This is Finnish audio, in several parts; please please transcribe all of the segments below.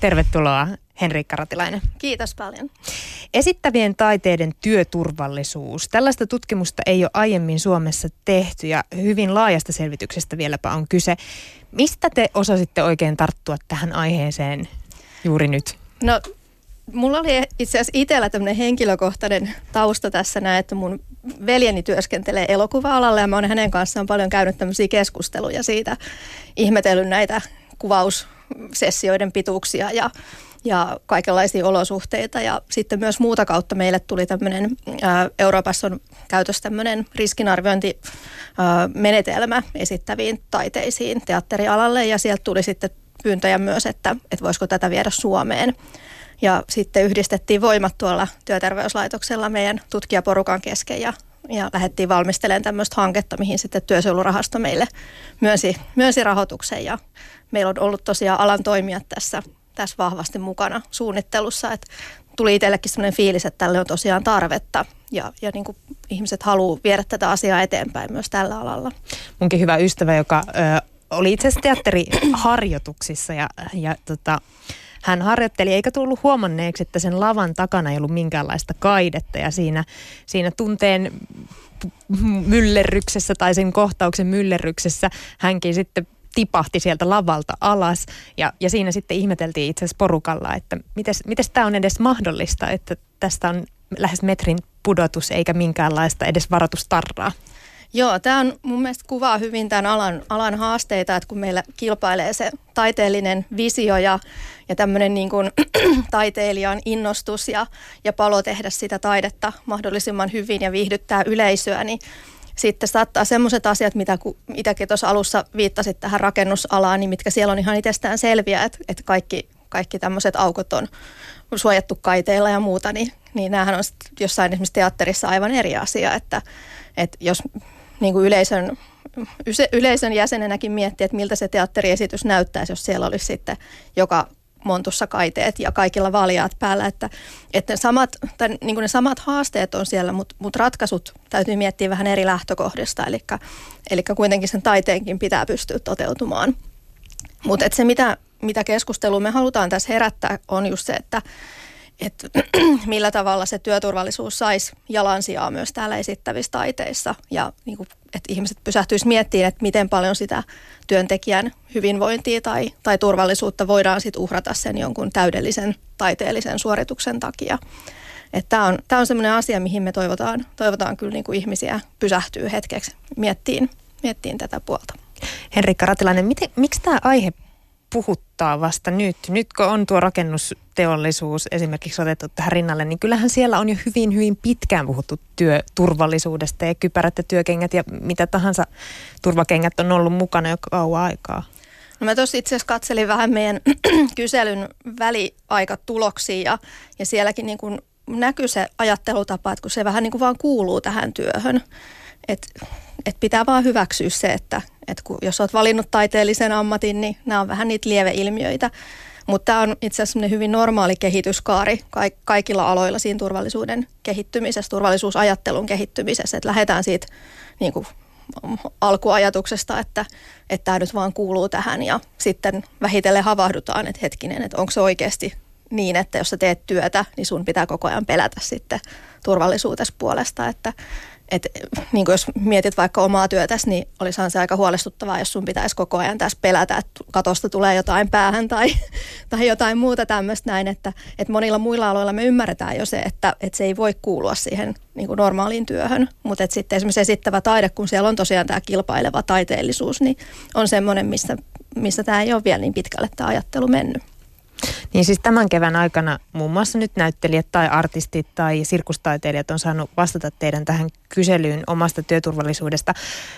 Tervetuloa, Henriikka Ratilainen. Kiitos paljon. Esittävien taiteiden työturvallisuus. Tällaista tutkimusta ei ole aiemmin Suomessa tehty ja hyvin laajasta selvityksestä vieläpä on kyse. Mistä te osasitte oikein tarttua tähän aiheeseen juuri nyt? No, mulla oli itse asiassa itsellä tämmöinen henkilökohtainen tausta tässä näin, että mun veljeni työskentelee elokuva-alalla ja mä oon hänen kanssaan paljon käynyt tämmöisiä keskusteluja siitä, ihmetellyt näitä kuvaussessioiden pituuksia ja kaikenlaisia olosuhteita. Ja sitten myös muuta kautta meille tuli tämmöinen, Euroopassa on käytössä tämmöinen riskinarviointimenetelmä esittäviin taiteisiin teatterialalle ja sieltä tuli sitten pyyntöjä myös, että voisiko tätä viedä Suomeen. Ja sitten yhdistettiin voimat tuolla työterveyslaitoksella meidän tutkijaporukan kesken ja lähdettiin valmistelemaan tämmöistä hanketta, mihin sitten Työsuojelurahasto meille myönsi rahoituksen. Ja meillä on ollut tosiaan alan toimijat tässä vahvasti mukana suunnittelussa. Että tuli itsellekin sellainen fiilis, että tälle on tosiaan tarvetta ja niin kuin ihmiset haluaa viedä tätä asiaa eteenpäin myös tällä alalla. Munkin hyvä ystävä, joka oli itse asiassa teatteriharjoituksissa ja hän harjoitteli eikä tullut huomanneeksi, että sen lavan takana ei ollut minkäänlaista kaidetta ja siinä tunteen myllerryksessä tai sen kohtauksen myllerryksessä hänkin sitten tipahti sieltä lavalta alas ja siinä sitten ihmeteltiin itse asiassa porukalla, että mites tämä on edes mahdollista, että tästä on lähes metrin pudotus eikä minkäänlaista edes varoitustarraa. Joo, tämä on mun mielestä kuvaa hyvin tämän alan haasteita, että kun meillä kilpailee se taiteellinen visio ja tämmöinen niin kuin taiteilijan innostus ja palo tehdä sitä taidetta mahdollisimman hyvin ja viihdyttää yleisöä, niin sitten saattaa semmoiset asiat, mitäkin tuossa alussa viittasit tähän rakennusalaan, niin mitkä siellä on ihan itsestään selviä, että kaikki tämmöiset aukot on suojattu kaiteilla ja muuta, niin näähän on jossain esimerkiksi teatterissa aivan eri asia, että jos niin kuin yleisön jäsenenäkin miettii, että miltä se teatteriesitys näyttäisi, jos siellä olisi sitten joka montussa kaiteet ja kaikilla valjaat päällä, että ne samat haasteet on siellä, mutta ratkaisut täytyy miettiä vähän eri lähtökohdista, eli kuitenkin sen taiteenkin pitää pystyä toteutumaan. Mutta se, mitä keskustelua me halutaan tässä herättää, on just se, että millä tavalla se työturvallisuus saisi jalansijaa myös täällä esittävissä taiteissa ja niin kuin, että ihmiset pysähtyisivät miettimään, että miten paljon sitä työntekijän hyvinvointia tai turvallisuutta voidaan sitten uhrata sen jonkun täydellisen taiteellisen suorituksen takia. Tämä on sellainen asia, mihin me toivotaan kyllä niin kuin ihmisiä pysähtyy hetkeksi miettiin tätä puolta. Henriikka Ratilainen, miksi tämä aihe puhuttaa vasta nyt? Nyt kun on tuo rakennusteollisuus esimerkiksi otettu tähän rinnalle, niin kyllähän siellä on jo hyvin, hyvin pitkään puhuttu työturvallisuudesta ja kypärät ja työkengät ja mitä tahansa turvakengät on ollut mukana jo kauan aikaa. No mä tuossa itse asiassa katselin vähän meidän kyselyn väliaikatuloksia ja sielläkin niin kuin näkyy se ajattelutapa, että kun se vähän niin kuin vaan kuuluu tähän työhön, että pitää vaan hyväksyä se, että jos olet valinnut taiteellisen ammatin, niin nämä on vähän niitä lieveilmiöitä. Mutta tämä on itse asiassa hyvin normaali kehityskaari kaikilla aloilla siinä turvallisuuden kehittymisessä, turvallisuusajattelun kehittymisessä. Että lähdetään siitä niin kuin alkuajatuksesta, että tämä nyt vaan kuuluu tähän ja sitten vähitellen havahdutaan, että hetkinen, että onko se oikeasti niin, että jos sä teet työtä, niin sun pitää koko ajan pelätä sitten turvallisuutesi puolesta, että niin kuin jos mietit vaikka omaa työtäsi, niin olisihan se aika huolestuttavaa, jos sun pitäisi koko ajan tässä pelätä, että katosta tulee jotain päähän tai jotain muuta tämmöistä näin, että monilla muilla aloilla me ymmärretään jo se, että se ei voi kuulua siihen niin kuin normaaliin työhön, mutta sitten esimerkiksi esittävä taide, kun siellä on tosiaan tämä kilpaileva taiteellisuus, niin on semmoinen, missä tämä ei ole vielä niin pitkälle tämä ajattelu mennyt. Niin siis tämän kevään aikana muun muassa nyt näyttelijät tai artistit tai sirkustaiteilijat on saanut vastata teidän tähän kyselyyn omasta työturvallisuudesta.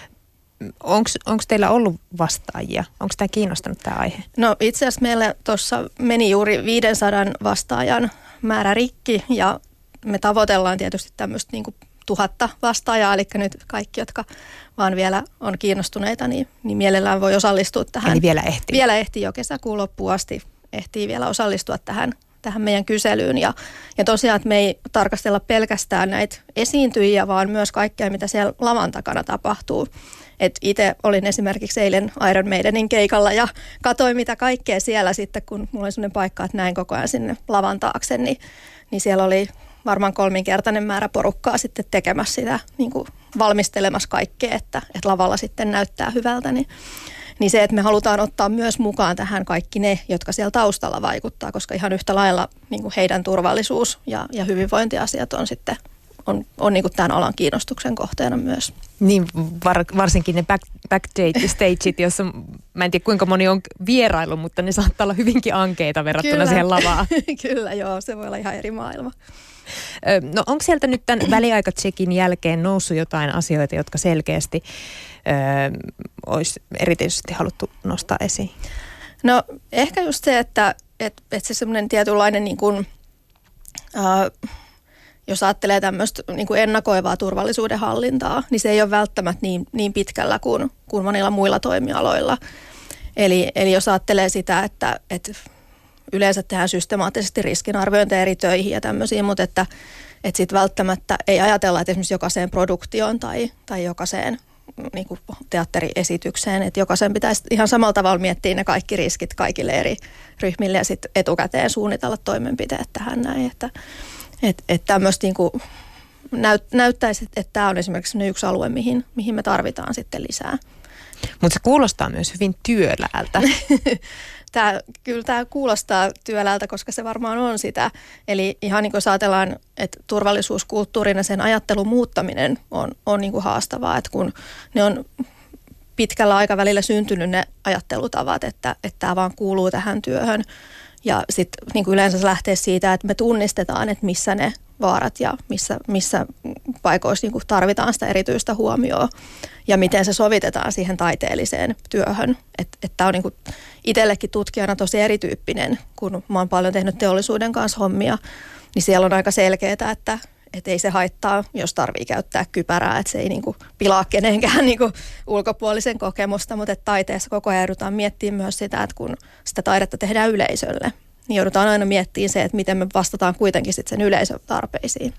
Onko teillä ollut vastaajia? Onko tämä kiinnostanut tämä aihe? No itse asiassa meillä tuossa meni juuri 500 vastaajan määrä rikki ja me tavoitellaan tietysti tämmöistä niin kuin 1000 vastaajaa, eli nyt kaikki, jotka vaan vielä on kiinnostuneita, niin mielellään voi osallistua tähän. Eli vielä ehtii? Vielä ehtii jo kesäkuun loppuun asti. Ehtii vielä osallistua tähän meidän kyselyyn. Ja tosiaan, että me ei tarkastella pelkästään näitä esiintyjiä, vaan myös kaikkea, mitä siellä lavan takana tapahtuu. Et itse olin esimerkiksi eilen Iron Maidenin keikalla ja katsoin mitä kaikkea siellä sitten, kun mulla oli sellainen paikka, että näin koko ajan sinne lavan taakse, niin siellä oli varmaan 3-kertainen määrä porukkaa sitten tekemässä sitä, niin kuin valmistelemassa kaikkea, että lavalla sitten näyttää hyvältä. Niin se, että me halutaan ottaa myös mukaan tähän kaikki ne, jotka siellä taustalla vaikuttaa, koska ihan yhtä lailla niin kuin heidän turvallisuus ja hyvinvointiasiat on sitten on niin kuin tämän alan kiinnostuksen kohteena myös. Niin, varsinkin ne backstageit, jossa mä en tiedä kuinka moni on vierailu, mutta ne saattaa olla hyvinkin ankeita verrattuna siihen lavaan. Kyllä, joo, se voi olla ihan eri maailma. No onko sieltä nyt tämän väliaikatsekin jälkeen noussut jotain asioita, jotka selkeästi olisi erityisesti haluttu nostaa esiin? No ehkä just se, että se semmoinen tietynlainen niin kuin, jos ajattelee tämmöistä niin kuin ennakoivaa turvallisuuden hallintaa, niin se ei ole välttämättä niin pitkällä kuin monilla muilla toimialoilla. Eli jos ajattelee sitä, että yleensä tehdään systemaattisesti riskinarviointeja eri töihin ja tämmöisiä, mutta että sitten välttämättä ei ajatella, että esimerkiksi jokaiseen produktioon tai jokaiseen niin kuin teatteriesitykseen, että jokaisen pitäisi ihan samalla tavalla miettiä ne kaikki riskit kaikille eri ryhmille ja sitten etukäteen suunnitella toimenpiteet tähän näin, että tämmöistä niin kuin näyttäisi, että tämä on esimerkiksi yksi alue, mihin me tarvitaan sitten lisää. Mutta se kuulostaa myös hyvin työläältä. Kyllä tämä kuulostaa työläältä, koska se varmaan on sitä. Eli ihan niin kuin ajatellaan, että turvallisuuskulttuurina sen ajattelun muuttaminen on niin kuin haastavaa, että kun ne on pitkällä aikavälillä syntynyt ne ajattelutavat, että tämä vaan kuuluu tähän työhön. Ja sitten niin kuin yleensä se lähtee siitä, että me tunnistetaan, että missä ne vaarat ja missä paikoissa niin kuin tarvitaan sitä erityistä huomioon ja miten se sovitetaan siihen taiteelliseen työhön. Että on niin kuin itsellekin tutkijana tosi erityyppinen, kun mä oon paljon tehnyt teollisuuden kanssa hommia, niin siellä on aika selkeää, että ei se haittaa, jos tarvii käyttää kypärää, että se ei niin kuin pilaa kenenkään niin kuin ulkopuolisen kokemusta, mutta että taiteessa koko ajan joudutaan miettimään myös sitä, että kun sitä taidetta tehdään yleisölle, niin joudutaan aina miettimään se, että miten me vastataan kuitenkin sitten sen yleisön tarpeisiin.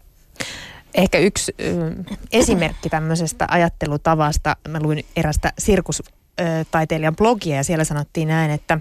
Ehkä yksi esimerkki tämmöisestä ajattelutavasta, mä luin erästä sirkustaiteilijan blogia ja siellä sanottiin näin, että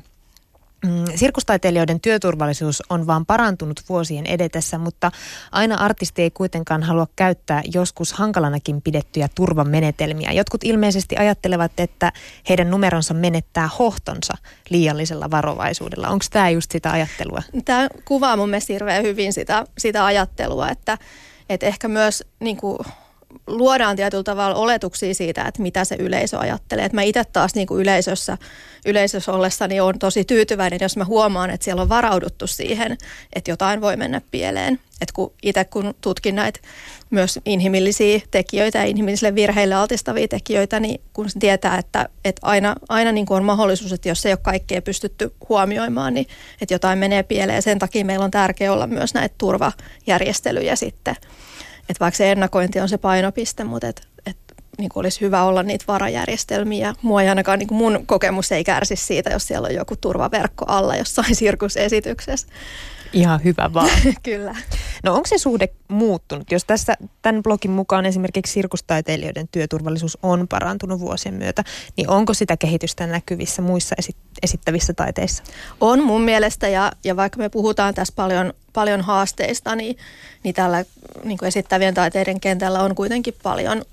sirkustaiteilijoiden työturvallisuus on vaan parantunut vuosien edetessä, mutta aina artisti ei kuitenkaan halua käyttää joskus hankalanakin pidettyjä turvamenetelmiä. Jotkut ilmeisesti ajattelevat, että heidän numeronsa menettää hohtonsa liiallisella varovaisuudella. Onko tämä just sitä ajattelua? Tämä kuvaa mun mielestä hirveän hyvin sitä ajattelua, että ehkä myös niin kuin luodaan tietyllä tavalla oletuksia siitä, että mitä se yleisö ajattelee. Et mä itse taas niin kuin yleisössä ollessani on tosi tyytyväinen, jos mä huomaan, että siellä on varauduttu siihen, että jotain voi mennä pieleen. Et kun tutkin näitä myös inhimillisiä tekijöitä ja inhimillisille virheille altistavia tekijöitä, niin kun se tietää, että aina niin kuin on mahdollisuus, että jos ei ole kaikkea pystytty huomioimaan, niin että jotain menee pieleen. Ja sen takia meillä on tärkeää olla myös näitä turvajärjestelyjä sitten. Että vaikka se ennakointi on se painopiste, mutta niin kuin olisi hyvä olla niitä varajärjestelmiä. Mua ei ainakaan, niin kuin mun kokemus ei kärsi siitä, jos siellä on joku turvaverkko alla jossain sirkusesityksessä. Ihan hyvä vaan. Kyllä. No onko se suhde muuttunut? Jos tässä tämän blogin mukaan esimerkiksi sirkustaiteilijoiden työturvallisuus on parantunut vuosien myötä, niin onko sitä kehitystä näkyvissä muissa esittävissä taiteissa? On mun mielestä ja vaikka me puhutaan tässä paljon haasteista, niin tällä niin kuin esittävien taiteiden kentällä on kuitenkin paljon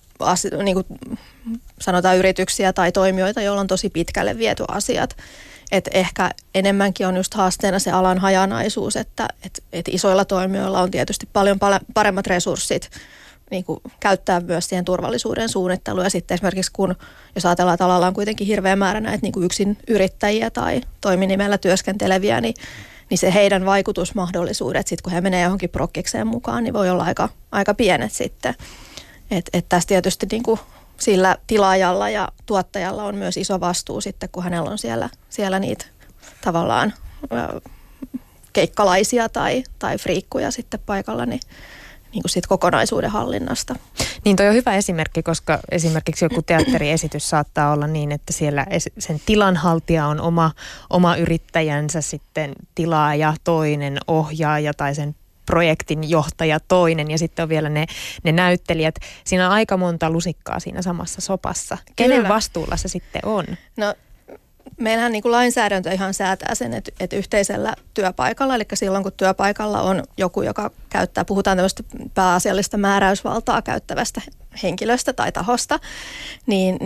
niin kuin sanotaan yrityksiä tai toimijoita, joilla on tosi pitkälle viety asiat. Että ehkä enemmänkin on just haasteena se alan hajanaisuus, että isoilla toimijoilla on tietysti paljon paremmat resurssit niin kuin käyttää myös siihen turvallisuuden suunnitteluun. Ja sitten esimerkiksi jos ajatellaan, että alalla on kuitenkin hirveä määrä näitä niin kuin yksin yrittäjiä tai toiminimellä työskenteleviä, niin se heidän vaikutusmahdollisuudet, sit kun he menee johonkin prokkikseen mukaan, niin voi olla aika pienet sitten. Että tässä tietysti niin kuin sillä tilaajalla ja tuottajalla on myös iso vastuu sitten, kun hänellä on siellä niitä tavallaan keikkalaisia tai friikkuja sitten paikalla, niin niin kuin siitä kokonaisuuden hallinnasta. Niin toi on hyvä esimerkki, koska esimerkiksi joku teatteriesitys saattaa olla niin, että siellä sen tilanhaltija on oma yrittäjänsä, sitten tilaaja toinen, ohjaaja tai sen projektin johtaja toinen ja sitten on vielä ne näyttelijät. Siinä on aika monta lusikkaa siinä samassa sopassa. Kenen Kyllä. vastuulla se sitten on? No meillähän niin kuin lainsäädäntö ihan säätää sen, että yhteisellä työpaikalla, eli silloin kun työpaikalla on joku, joka käyttää, puhutaan tämmöistä pääasiallista määräysvaltaa käyttävästä henkilöstä tai tahosta, niin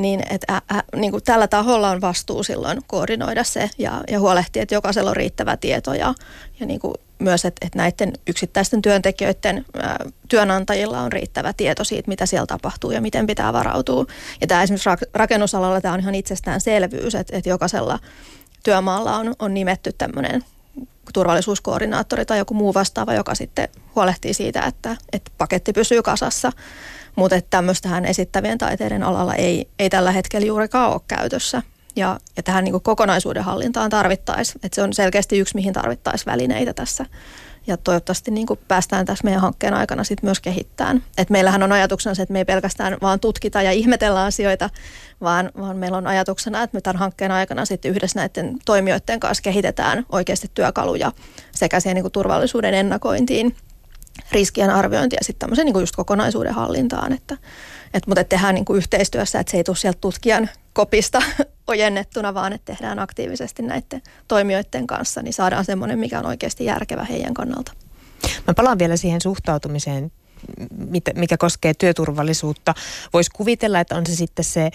niin kuin tällä taholla on vastuu silloin koordinoida se ja huolehtia, että jokaisella on riittävä tieto ja niin kuin myös, että näiden yksittäisten työntekijöiden työnantajilla on riittävä tieto siitä, mitä siellä tapahtuu ja miten pitää varautua. Ja tämä esimerkiksi rakennusalalla tämä on ihan itsestäänselvyys, että jokaisella työmaalla on nimetty tämmöinen turvallisuuskoordinaattori tai joku muu vastaava, joka sitten huolehtii siitä, että paketti pysyy kasassa. Mutta tämmöistähän esittävien taiteiden alalla ei tällä hetkellä juurikaan ole käytössä. Ja tähän niin kuin kokonaisuuden hallintaan tarvittaisiin, että se on selkeästi yksi, mihin tarvittaisiin välineitä tässä. Ja toivottavasti niin kuin päästään tässä meidän hankkeen aikana sitten myös kehittämään. Et meillähän on ajatuksena se, että me ei pelkästään vaan tutkita ja ihmetellä asioita, vaan meillä on ajatuksena, että me tämän hankkeen aikana sitten yhdessä näiden toimijoiden kanssa kehitetään oikeasti työkaluja sekä siihen niin kuin turvallisuuden ennakointiin, riskien arviointiin ja sitten tämmöisen niin kuin just kokonaisuuden hallintaan. Mutta tehdään niin kuin yhteistyössä, että se ei tule sieltä tutkijan kopista ojennettuna, vaan että tehdään aktiivisesti näiden toimijoiden kanssa, niin saadaan semmoinen, mikä on oikeasti järkevä heidän kannalta. Mä palaan vielä siihen suhtautumiseen, mikä koskee työturvallisuutta. Voisi kuvitella, että on se sitten se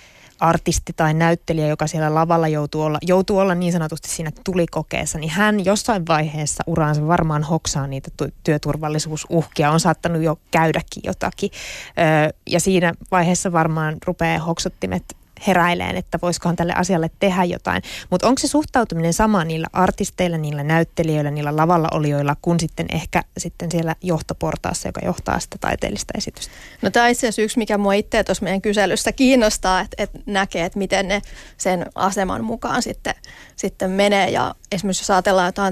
artisti tai näyttelijä, joka siellä lavalla joutuu olla niin sanotusti siinä tulikokeessa, niin hän jossain vaiheessa uraansa varmaan hoksaa niitä työturvallisuusuhkia, on saattanut jo käydäkin jotakin. Ja siinä vaiheessa varmaan rupeaa hoksottimet heräileen, että voisikohan tälle asialle tehdä jotain. Mutta onko se suhtautuminen sama niillä artisteilla, niillä näyttelijöillä, niillä lavalla olijoilla, kuin sitten ehkä sitten siellä johtoportaassa, joka johtaa sitä taiteellista esitystä? No tämä on itse asiassa yksi, mikä mua itse tuossa meidän kyselyssä kiinnostaa, että näkee, että miten ne sen aseman mukaan sitten menee. Ja esimerkiksi jos ajatellaan jotain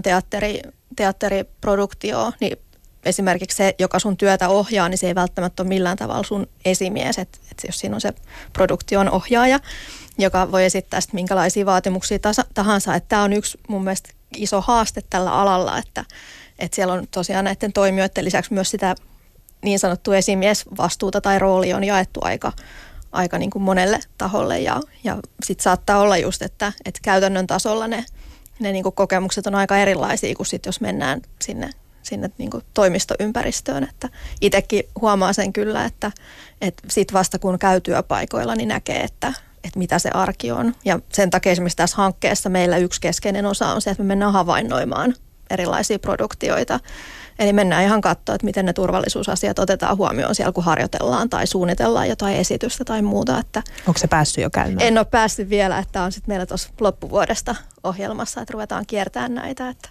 teatteriproduktioa, niin esimerkiksi se, joka sun työtä ohjaa, niin se ei välttämättä ole millään tavalla sun esimies. Että jos siinä on se produktion ohjaaja, joka voi esittää sitten minkälaisia vaatimuksia tahansa. Että tämä on yksi mun mielestä iso haaste tällä alalla, että siellä on tosiaan näiden toimijoiden lisäksi myös sitä niin sanottua esimiesvastuuta tai rooli on jaettu aika niin kuin monelle taholle. Ja sitten saattaa olla just, että käytännön tasolla ne niin kuin kokemukset on aika erilaisia kuin sitten jos mennään sinne niin kuin toimistoympäristöön, että itsekin huomaa sen kyllä, että sit vasta kun käy työpaikoilla, niin näkee, että mitä se arki on. Ja sen takia esimerkiksi tässä hankkeessa meillä yksi keskeinen osa on se, että me mennään havainnoimaan erilaisia produktioita. Eli mennään ihan katsoa, että miten ne turvallisuusasiat otetaan huomioon siellä, kun harjoitellaan tai suunnitellaan jotain esitystä tai muuta. Onko se päässyt jo käymään? En ole päässyt vielä, että on sitten meillä tuossa loppuvuodesta ohjelmassa, että ruvetaan kiertämään näitä, että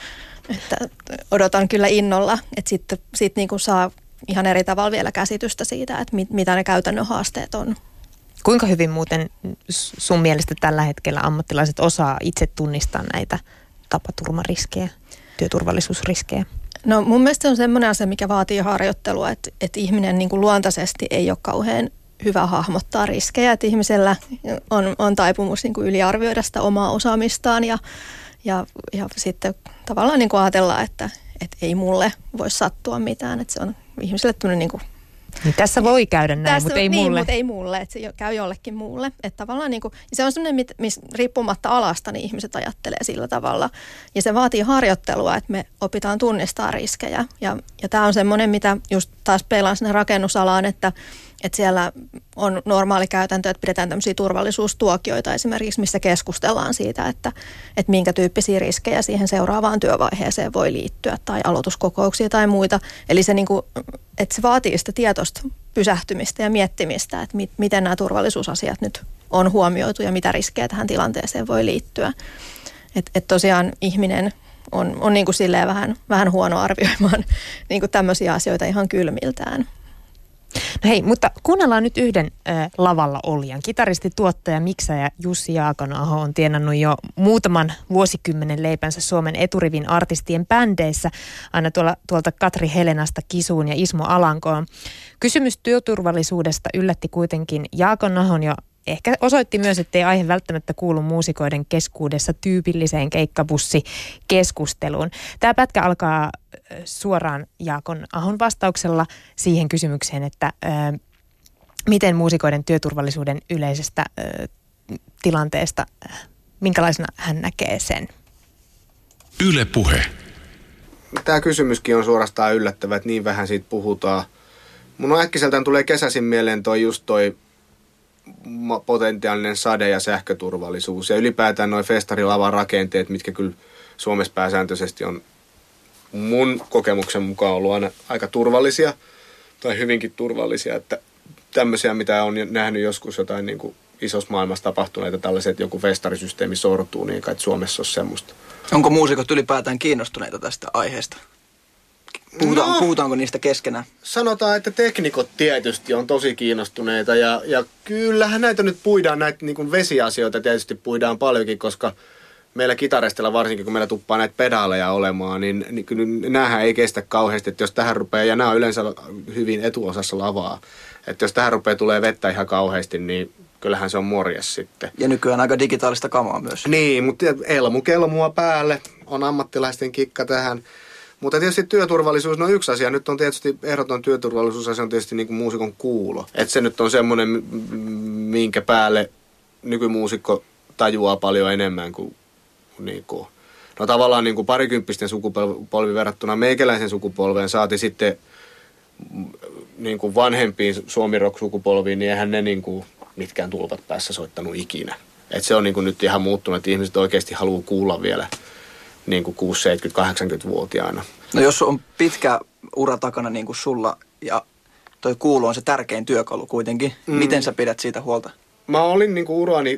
odotan kyllä innolla, että sitten niin kuin saa ihan eri tavalla vielä käsitystä siitä, että mitä ne käytännön haasteet on. Kuinka hyvin muuten sun mielestä tällä hetkellä ammattilaiset osaa itse tunnistaa näitä tapaturmariskejä, työturvallisuusriskejä? No mun mielestä se on semmoinen asia, mikä vaatii harjoittelua, että ihminen niin kuin luontaisesti ei ole kauhean hyvä hahmottaa riskejä, että ihmisellä on taipumus niin kuin yliarvioida sitä omaa osaamistaan ja sitten tavallaan niin kuin ajatellaan, että ei mulle voi sattua mitään, että se on ihmiselle tämmöinen niin kuin niin tässä voi käydä näin, mutta ei mulle. Mutta ei mulle, että se käy jollekin muulle. Että tavallaan niin kuin, se on semmoinen, missä riippumatta alasta, niin ihmiset ajattelee sillä tavalla. Ja se vaatii harjoittelua, että me opitaan tunnistaa riskejä. Ja tämä on semmoinen, mitä just taas peilaan sinne rakennusalaan, että siellä on normaali käytäntö, että pidetään tämmöisiä turvallisuustuokioita esimerkiksi, missä keskustellaan siitä, että minkä tyyppisiä riskejä siihen seuraavaan työvaiheeseen voi liittyä tai aloituskokouksia tai muita. Eli se, niin kuin, että se vaatii sitä tietoista pysähtymistä ja miettimistä, että miten nämä turvallisuusasiat nyt on huomioitu ja mitä riskejä tähän tilanteeseen voi liittyä. Että tosiaan ihminen on niin kuin silleen vähän huono arvioimaan niin kuin tämmöisiä asioita ihan kylmiltään. No hei, mutta kuunnellaan nyt yhden lavalla olijan. Kitaristi, tuottaja, miksäjä Jussi Jaakonaho on tienannut jo muutaman vuosikymmenen leipänsä Suomen eturivin artistien bändeissä, aina tuolta Katri Helenasta Kisuun ja Ismo Alankoon. Kysymys työturvallisuudesta yllätti kuitenkin Jaakonahon ja ehkä osoitti myös, ettei aihe välttämättä kuulu muusikoiden keskuudessa tyypilliseen keikkabussikeskusteluun. Tämä pätkä alkaa suoraan Jaakonahon vastauksella siihen kysymykseen, että miten muusikoiden työturvallisuuden yleisestä tilanteesta, minkälaisena hän näkee sen. Yle Puhe. Tämä kysymyskin on suorastaan yllättävä, että niin vähän siitä puhutaan. Mun äkkiseltään tulee kesäisin mieleen toi potentiaalinen sade- ja sähköturvallisuus ja ylipäätään nuo festarilavan rakenteet, mitkä kyllä Suomessa pääsääntöisesti on mun kokemuksen mukaan ollut aina aika turvallisia tai hyvinkin turvallisia, että tämmöisiä, mitä on nähnyt joskus jotain niin kuin isossa maailmassa tapahtuneita tällaiset, että joku festarisysteemi sortuu, niin kai Suomessa on semmoista. Onko muusikot ylipäätään kiinnostuneita tästä aiheesta? Puhutaanko niistä keskenään? Sanotaan, että teknikot tietysti on tosi kiinnostuneita ja kyllähän näitä nyt puidaan, näitä niin kuin vesiasioita tietysti puidaan paljonkin, koska meillä kitaristilla varsinkin, kun meillä tuppaa näitä pedaaleja olemaan, niin kyllä näähän ei kestä kauheasti, että jos tähän rupeaa, ja nämä on yleensä hyvin etuosassa lavaa, että jos tähän rupeaa tulee vettä ihan kauheasti, niin kyllähän se on morjes sitten. Ja nykyään aika digitaalista kamaa myös. Niin, mutta elmukelmua päälle, on ammattilaisten kikka tähän. Mutta tietysti työturvallisuus on yksi asia. Nyt on tietysti ehdoton työturvallisuusasia on tietysti niin kuin muusikon kuulo. Että se nyt on semmoinen, minkä päälle nykymuusikko tajuaa paljon enemmän kuin no tavallaan niin kuin parikymppisten sukupolvi verrattuna meikäläisen sukupolveen saati sitten niin kuin vanhempiin suomirock-sukupolviin, niin eihän ne niin kuin mitkään tulpat päässä soittanut ikinä. Että se on niin kuin nyt ihan muuttunut, että ihmiset oikeasti haluaa kuulla vielä niin kuin 6, 70, 80-vuotiaana. No jos on pitkä ura takana niin kuin sulla ja toi kuulo on se tärkein työkalu kuitenkin, miten sä pidät siitä huolta? Mä olin niin kuin urani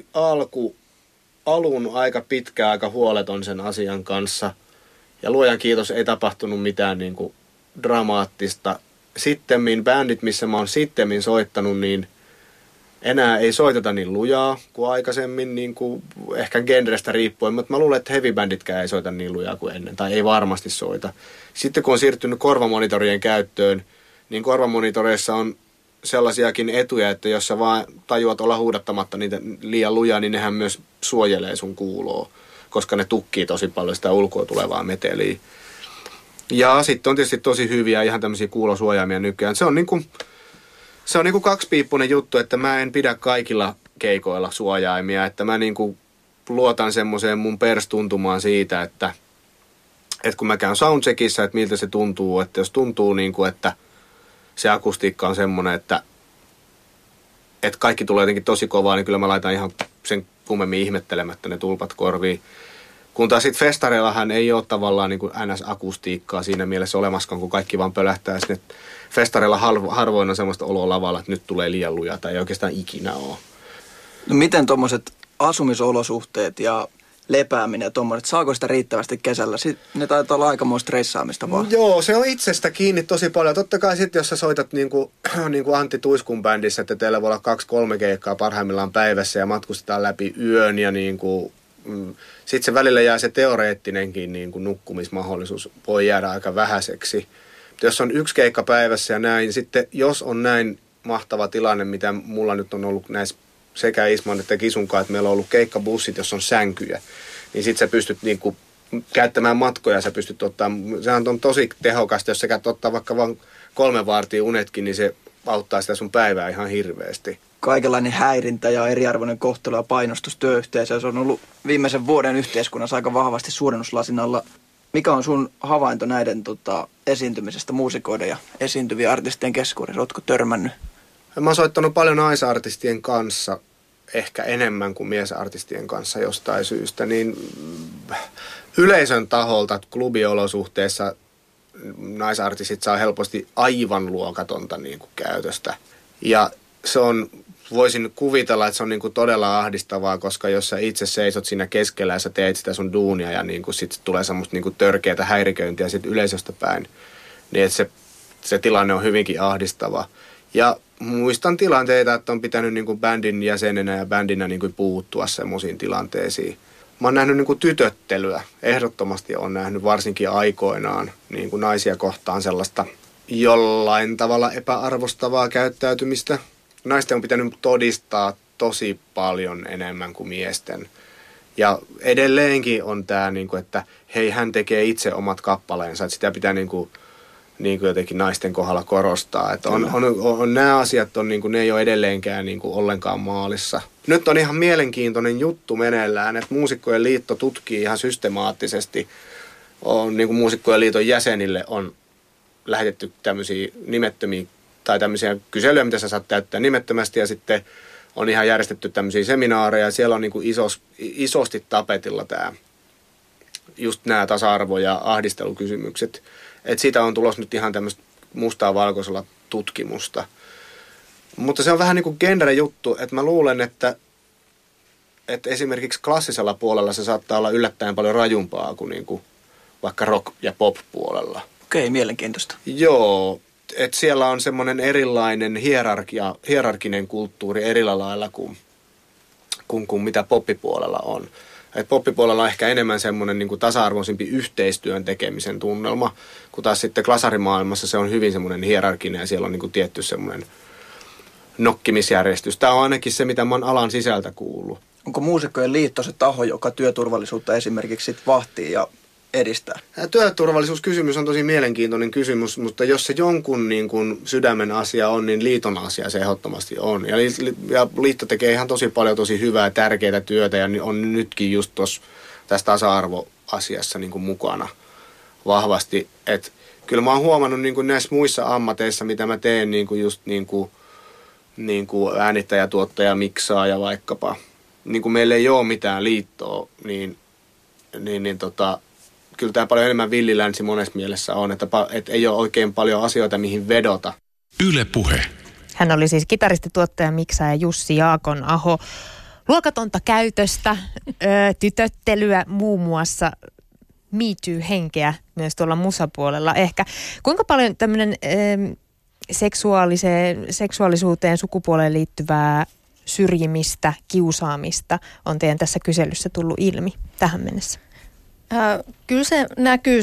alun aika pitkä, aika huoleton sen asian kanssa. Ja luojan kiitos, ei tapahtunut mitään niin kuin dramaattista. Sittemmin bändit, missä mä oon sittemmin soittanut, niin enää ei soiteta niin lujaa kuin aikaisemmin, niin kuin ehkä genrestä riippuen, mutta mä luulen, että heavy-bänditkään ei soita niin lujaa kuin ennen, tai ei varmasti soita. Sitten kun on siirtynyt korvamonitorien käyttöön, niin korvamonitoreissa on sellaisiakin etuja, että jos sä vaan tajuat olla huudattamatta niitä liian lujaa, niin nehän myös suojelee sun kuuloa, koska ne tukkii tosi paljon sitä ulkoa tulevaa meteliä. Ja sitten on tietysti tosi hyviä ihan tämmöisiä kuulosuojaimia nykyään. Se on niinku kaksipiippunen juttu, että mä en pidä kaikilla keikoilla suojaimia, että mä niinku luotan semmoiseen mun perstuntumaan siitä, että kun mä käyn soundcheckissa, että miltä se tuntuu, että jos tuntuu niinku, että se akustiikka on semmoinen, että kaikki tulee jotenkin tosi kovaa, niin kyllä mä laitan ihan sen kummemmin ihmettelemättä ne tulpat korviin. Kun taas sitten festareillahan ei ole tavallaan niin kuin NS-akustiikkaa siinä mielessä olemaskaan, kun kaikki vaan pölähtää. Sitten festareilla harvoin on semmoista oloa lavalla, että nyt tulee liian luja tai ei oikeastaan ikinä ole. No miten tuommoiset asumisolosuhteet ja lepääminen ja tuommoiset, saako sitä riittävästi kesällä? Ne taitaa olla aikamoista reissaamista vaan. Joo, se on itsestä kiinni tosi paljon. Totta kai sitten, jos sä soitat niin kuin Antti Tuiskun bändissä, että teillä voi olla 2-3 keikkaa parhaimmillaan päivässä ja matkustetaan läpi yön ja niin kuin sitten se välillä jää se teoreettinenkin niin kuin nukkumismahdollisuus voi jäädä aika vähäiseksi. Jos on 1 keikka päivässä ja näin, sitten jos on näin mahtava tilanne, mitä mulla nyt on ollut näissä sekä Isman että Kisunkaan, että meillä on ollut keikkabussit, jos on sänkyjä, niin sitten sä pystyt niin kuin käyttämään matkoja, sä pystyt sehän on tosi tehokasta, jos sä käyt ottaa vaikka vain 3 vartia unetkin, niin se auttaa sitä sun päivää ihan hirveästi. Kaikenlainen häirintä ja eriarvoinen kohtelu ja painostus työyhteisöön, se on ollut viimeisen vuoden yhteiskunnassa aika vahvasti suurennuslasin alla. Mikä on sun havainto näiden esiintymisestä muusikoiden ja esiintyvien artistien keskuudessa? Ootko törmännyt? Mä oon soittanut paljon naisartistien kanssa, ehkä enemmän kuin miesartistien kanssa jostain syystä, niin yleisön taholta klubiolosuhteissa naisartistit saa helposti aivan luokatonta niin kuin käytöstä. Ja se on, voisin kuvitella, että se on niin kuin todella ahdistavaa, koska jos sä itse seisot siinä keskellä ja sä teet sitä sun duunia ja niin kuin sit tulee semmoista niin kuin törkeätä häiriköintiä sit yleisöstä päin, niin että se tilanne on hyvinkin ahdistava. Ja muistan tilanteita, että on pitänyt niin kuin bändin jäsenenä ja bändinä niin kuin puuttua semmoisiin tilanteisiin. Mä oon nähnyt niin kuin tytöttelyä. Ehdottomasti on nähnyt varsinkin aikoinaan niin kuin naisia kohtaan sellaista jollain tavalla epäarvostavaa käyttäytymistä. Naisten on pitänyt todistaa tosi paljon enemmän kuin miesten. Ja edelleenkin on tämä, niin kuin, että hei, hän tekee itse omat kappaleensa. Että sitä pitää niin kuin jotenkin naisten kohdalla korostaa. Että on nämä asiat, on, niin kuin, ne ei ole edelleenkään niin kuin ollenkaan maalissa. Nyt on ihan mielenkiintoinen juttu meneillään, että Muusikkojen liitto tutkii ihan systemaattisesti. Niin kuin Muusikkojen liiton jäsenille on lähetetty tämmöisiä nimettömiä tai tämmöisiä kyselyjä, mitä sä saat täyttää nimettömästi, ja sitten on ihan järjestetty tämmöisiä seminaareja, ja siellä on niin kuin isosti tapetilla just nämä tasa-arvo- ja ahdistelukysymykset. Että siitä on tulossa nyt ihan tämmöistä mustaa valkoisella tutkimusta. Mutta se on vähän niin kuin genre-juttu, että mä luulen, että esimerkiksi klassisella puolella se saattaa olla yllättäen paljon rajumpaa kuin, vaikka rock- ja pop-puolella. Okei, mielenkiintoista. Joo, että siellä on semmoinen erilainen hierarkinen kulttuuri erillä lailla kuin mitä poppipuolella on. Et poppipuolella on ehkä enemmän semmoinen niin kuin tasa-arvoisempi yhteistyön tekemisen tunnelma, kun taas sitten klasarimaailmassa se on hyvin semmoinen hierarkinen ja siellä on niin kuin tietty semmoinen nokkimisjärjestys. Tämä on ainakin se, mitä mä oon alan sisältä kuullut. Onko Muusikkojen liitto se taho, joka työturvallisuutta esimerkiksi sit vahtii ja edistää? Työturvallisuuskysymys on tosi mielenkiintoinen kysymys, mutta jos se jonkun niin kuin sydämen asia on, niin liiton asia se ehdottomasti on. Ja liitto tekee ihan tosi paljon tosi hyvää, tärkeää työtä ja on nytkin just tässä tasa-arvoasiassa niin kuin mukana vahvasti. Et kyllä mä oon huomannut niin kuin näissä muissa ammateissa, mitä mä teen, niin kuin just niin kuin äänittäjä, tuottaja, miksaaja vaikkapa. Niin kuin meillä ei ole mitään liittoa, niin kyllä tämä paljon enemmän villilänsi monessa mielessä on, että ei ole oikein paljon asioita, mihin vedota. Yle Puhe. Hän oli siis kitaristi, tuottaja, miksaaja Jussi Jaakonaho. Luokatonta käytöstä, tytöttelyä muun muassa, Me Too-henkeä myös tuolla musapuolella ehkä. Kuinka paljon tämmöinen seksuaalisuuteen, sukupuoleen liittyvää syrjimistä, kiusaamista on teidän tässä kyselyssä tullut ilmi tähän mennessä? Kyllä se näkyy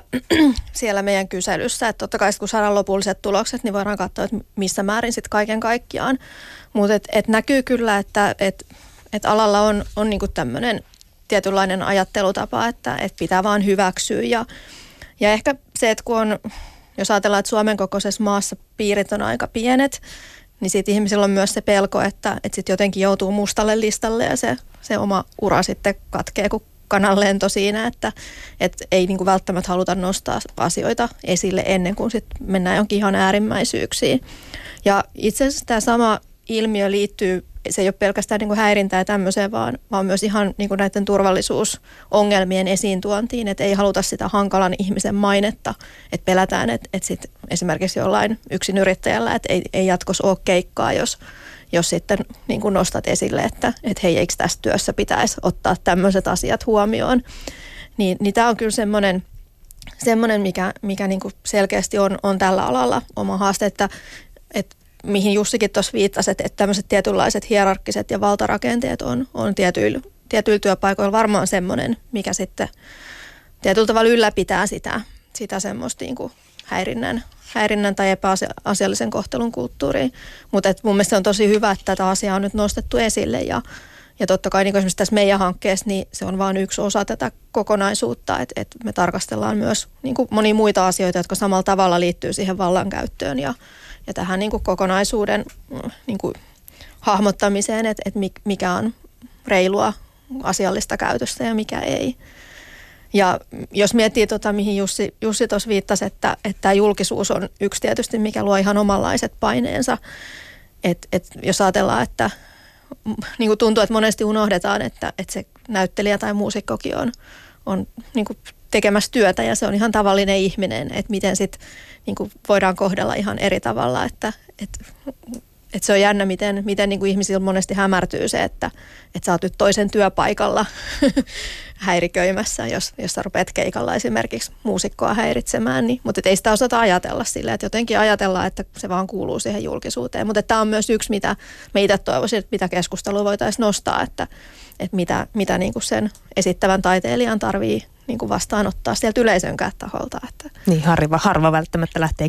siellä meidän kyselyssä, että totta kai kun saadaan lopulliset tulokset, niin voidaan katsoa, että missä määrin sitten kaiken kaikkiaan. Mutta et näkyy kyllä, että et alalla on niinku tämmöinen tietynlainen ajattelutapa, että pitää vaan hyväksyä. Ja ehkä se, että jos ajatellaan, että Suomen kokoisessa maassa piirit on aika pienet, niin sitten ihmisillä on myös se pelko, että sitten jotenkin joutuu mustalle listalle ja se oma ura sitten katkee, kun kananlento siinä, että ei niinku välttämättä haluta nostaa asioita esille ennen kuin sit mennään jonkin ihan äärimmäisyyksiin. Ja itse asiassa tämä sama ilmiö liittyy, se ei ole pelkästään niinku häirintää ja tämmöiseen, vaan myös ihan niinku näiden turvallisuusongelmien esiintuontiin, että ei haluta sitä hankalan ihmisen mainetta, että pelätään, että sit esimerkiksi jollain yksinyrittäjällä, että ei jatkossa ole keikkaa, jos sitten niin kuin nostat esille, että hei, eikö tässä työssä pitäisi ottaa tämmöiset asiat huomioon. Niin tämä on kyllä semmoinen mikä niin kuin selkeästi on tällä alalla oma haaste, että mihin Jussikin tuossa viittasi, että tämmöiset tietynlaiset hierarkkiset ja valtarakenteet on tietyillä työpaikoilla varmaan semmoinen, mikä sitten tietyllä tavalla ylläpitää sitä semmoista niin kuin häirinnän tai epäasiallisen kohtelun kulttuuriin. Mutta mun mielestä on tosi hyvä, että tätä asiaa on nyt nostettu esille ja totta kai niin esimerkiksi tässä meidän hankkeessa niin se on vain yksi osa tätä kokonaisuutta, että me tarkastellaan myös niin kuin monia muita asioita, jotka samalla tavalla liittyy siihen vallankäyttöön ja tähän niin kuin kokonaisuuden niin kuin hahmottamiseen, että mikä on reilua asiallista käytöstä ja mikä ei. Ja jos miettii mihin Jussi tuossa viittasi, että tämä julkisuus on yksi tietysti, mikä luo ihan omanlaiset paineensa. Että jos ajatellaan, että niin kuin tuntuu, että monesti unohdetaan, että se näyttelijä tai muusikkokin on niin kuin tekemässä työtä ja se on ihan tavallinen ihminen, että miten sitten niin kuin voidaan kohdella ihan eri tavalla, että se on jännä, miten niin kuin ihmisillä monesti hämärtyy se, että sä oot nyt toisen työpaikalla häiriköimässä, jos sä rupeat keikalla esimerkiksi muusikkoa häiritsemään. Niin, mutta ei sitä osata ajatella silleen, että jotenkin ajatellaan, että se vaan kuuluu siihen julkisuuteen. Mutta tämä on myös yksi, mitä me itse toivoisin, että mitä keskustelua voitaisiin nostaa, että mitä niin kuin sen esittävän taiteilijan tarvii niin kuin vastaanottaa sieltä yleisönkään taholta. Että. Niin, harva välttämättä lähtee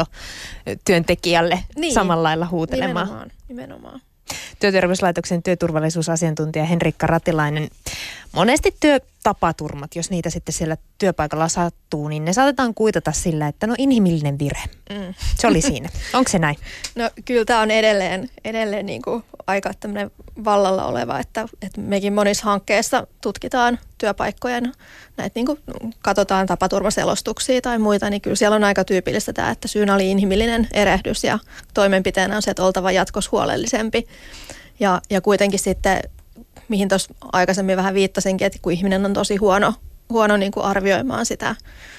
kirjastotyöntekijälle samalla lailla huutelemaan. Nimenomaan. Työterveyslaitoksen työturvallisuusasiantuntija Henrikka Ratilainen. Monesti työtapaturmat, jos niitä sitten siellä työpaikalla sattuu, niin ne saatetaan kuitata sillä, että no inhimillinen virhe. Se oli siinä. Onko se näin? No kyllä tämä on edelleen niin kuin aika tämmöinen vallalla oleva, että mekin monissa hankkeissa tutkitaan työpaikkojen, näitä niin kuin katsotaan tapaturmaselostuksia tai muita, niin kyllä siellä on aika tyypillistä tämä, että syynä oli inhimillinen erehdys ja toimenpiteenä on se, että oltava jatkossa huolellisempi. Ja kuitenkin sitten, mihin tuossa aikaisemmin vähän viittasinkin, että kun ihminen on tosi huono niin kuin arvioimaan sitä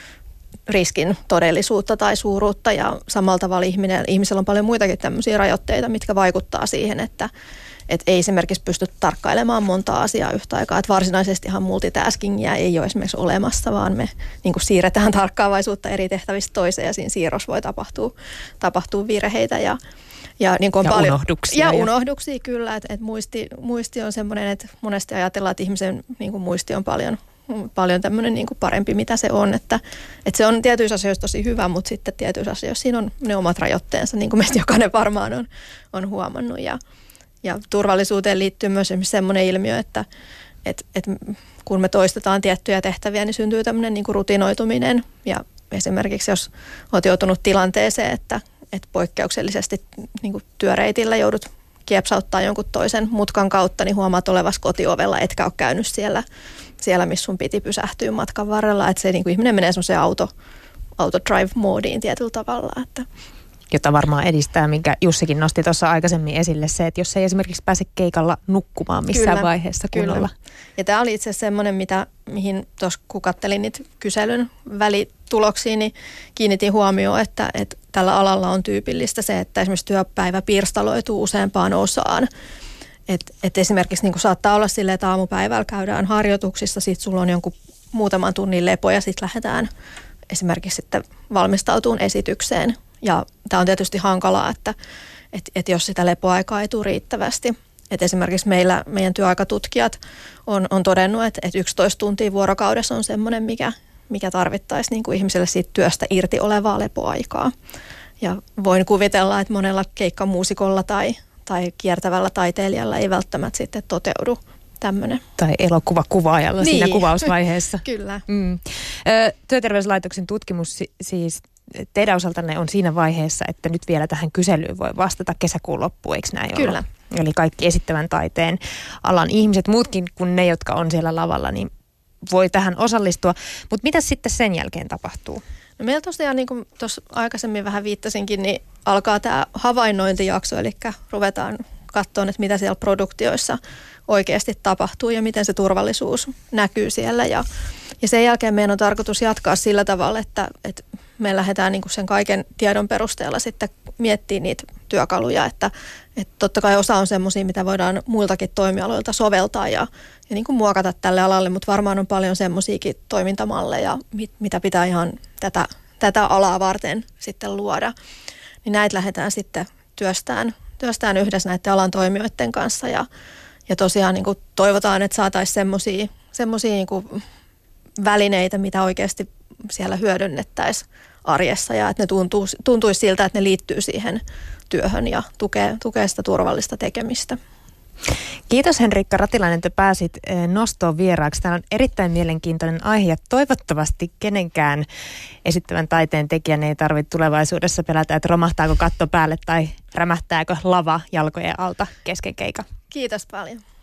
riskin todellisuutta tai suuruutta ja samalla tavalla ihmisellä on paljon muitakin tämmöisiä rajoitteita, mitkä vaikuttaa siihen, että ei esimerkiksi pysty tarkkailemaan monta asiaa yhtä aikaa. Että varsinaisestihan multitaskingia ei ole esimerkiksi olemassa, vaan me niin kuin siirretään tarkkaavaisuutta eri tehtävistä toiseen ja siinä siirrossa voi tapahtua virheitä ja niin kuin on paljon unohduksia. Ja unohduksia kyllä, että muisti on semmoinen, että monesti ajatellaan, että ihmisen niin kuin muisti on paljon tämmöinen niin kuin parempi, mitä se on. Että se on tietyissä asioissa tosi hyvä, mutta sitten tietyissä asioissa siinä on ne omat rajoitteensa, niin kuin meistä jokainen varmaan on huomannut. Ja turvallisuuteen liittyy myös esimerkiksi semmoinen ilmiö, että kun me toistetaan tiettyjä tehtäviä, niin syntyy tämmöinen niin kuin rutinoituminen. Ja esimerkiksi jos olet joutunut tilanteeseen, että poikkeuksellisesti niin kuin työreitillä joudut kiepsauttaa jonkun toisen mutkan kautta, niin huomaat olevas kotiovella, etkä ole käynyt siellä, missä sun piti pysähtyä matkan varrella. Että se niin kuin ihminen menee semmoiseen auto-drive-moodiin tietyllä tavalla. Että. Jota varmaan edistää, minkä Jussikin nosti tuossa aikaisemmin esille, se, että jos ei esimerkiksi pääse keikalla nukkumaan missään vaiheessa kunnolla. Ja tämä oli itse asiassa semmoinen, mihin tuossa kun kattelin niitä kyselyn välituloksia, niin kiinnitin huomioon, että tällä alalla on tyypillistä se, että esimerkiksi työpäivä pirstaloituu useampaan osaan. Että esimerkiksi niin saattaa olla silleen, että aamupäivällä käydään harjoituksissa, sitten sulla on jonkun muutaman tunnin lepo ja sitten lähdetään esimerkiksi sitten valmistautumaan esitykseen. Ja tämä on tietysti hankalaa, että jos sitä lepoaikaa ei tule riittävästi. Että esimerkiksi meidän työaikatutkijat on todennut, että 11 tuntia vuorokaudessa on semmoinen, mikä tarvittaisi niin kuin ihmiselle siitä työstä irti olevaa lepoaikaa. Ja voin kuvitella, että monella keikkamuusikolla tai kiertävällä taiteilijalla ei välttämättä sitten toteudu tämmöinen. Tai elokuvakuvaajalla siinä kuvausvaiheessa. Kyllä. Työterveyslaitoksen tutkimus siis teidän osaltanne on siinä vaiheessa, että nyt vielä tähän kyselyyn voi vastata kesäkuun loppuun, eikö näin Kyllä. olla? Eli kaikki esittävän taiteen alan ihmiset, muutkin kuin ne, jotka on siellä lavalla, niin voi tähän osallistua. Mutta mitä sitten sen jälkeen tapahtuu? No meillä tosiaan, niin kuin tuossa aikaisemmin vähän viittasinkin, niin alkaa tämä havainnointijakso, eli ruvetaan katsomaan, että mitä siellä produktioissa oikeasti tapahtuu ja miten se turvallisuus näkyy siellä. Ja sen jälkeen meidän on tarkoitus jatkaa sillä tavalla, että me lähdetään niin kuin sen kaiken tiedon perusteella sitten miettimään niitä työkaluja, että totta kai osa on semmoisia, mitä voidaan muiltakin toimialoilta soveltaa ja niin kuin muokata tälle alalle, mutta varmaan on paljon semmoisiakin toimintamalleja, mitä pitää ihan tätä alaa varten sitten luoda. Niin näitä lähdetään sitten työstään yhdessä näiden alan toimijoiden kanssa ja tosiaan niin kuin toivotaan, että saataisiin semmoisia niin kuin välineitä, mitä oikeasti siellä hyödynnettäisiin arjessa ja että ne tuntuisi siltä, että ne liittyy siihen työhön ja tukee sitä turvallista tekemistä. Kiitos Henrikka Ratilainen, että pääsit nostoon vieraaksi. Tämä on erittäin mielenkiintoinen aihe ja toivottavasti kenenkään esittävän taiteen tekijän ei tarvitse tulevaisuudessa pelätä, että romahtaako katto päälle tai rämähtääkö lava jalkojen alta kesken keikan. Kiitos paljon.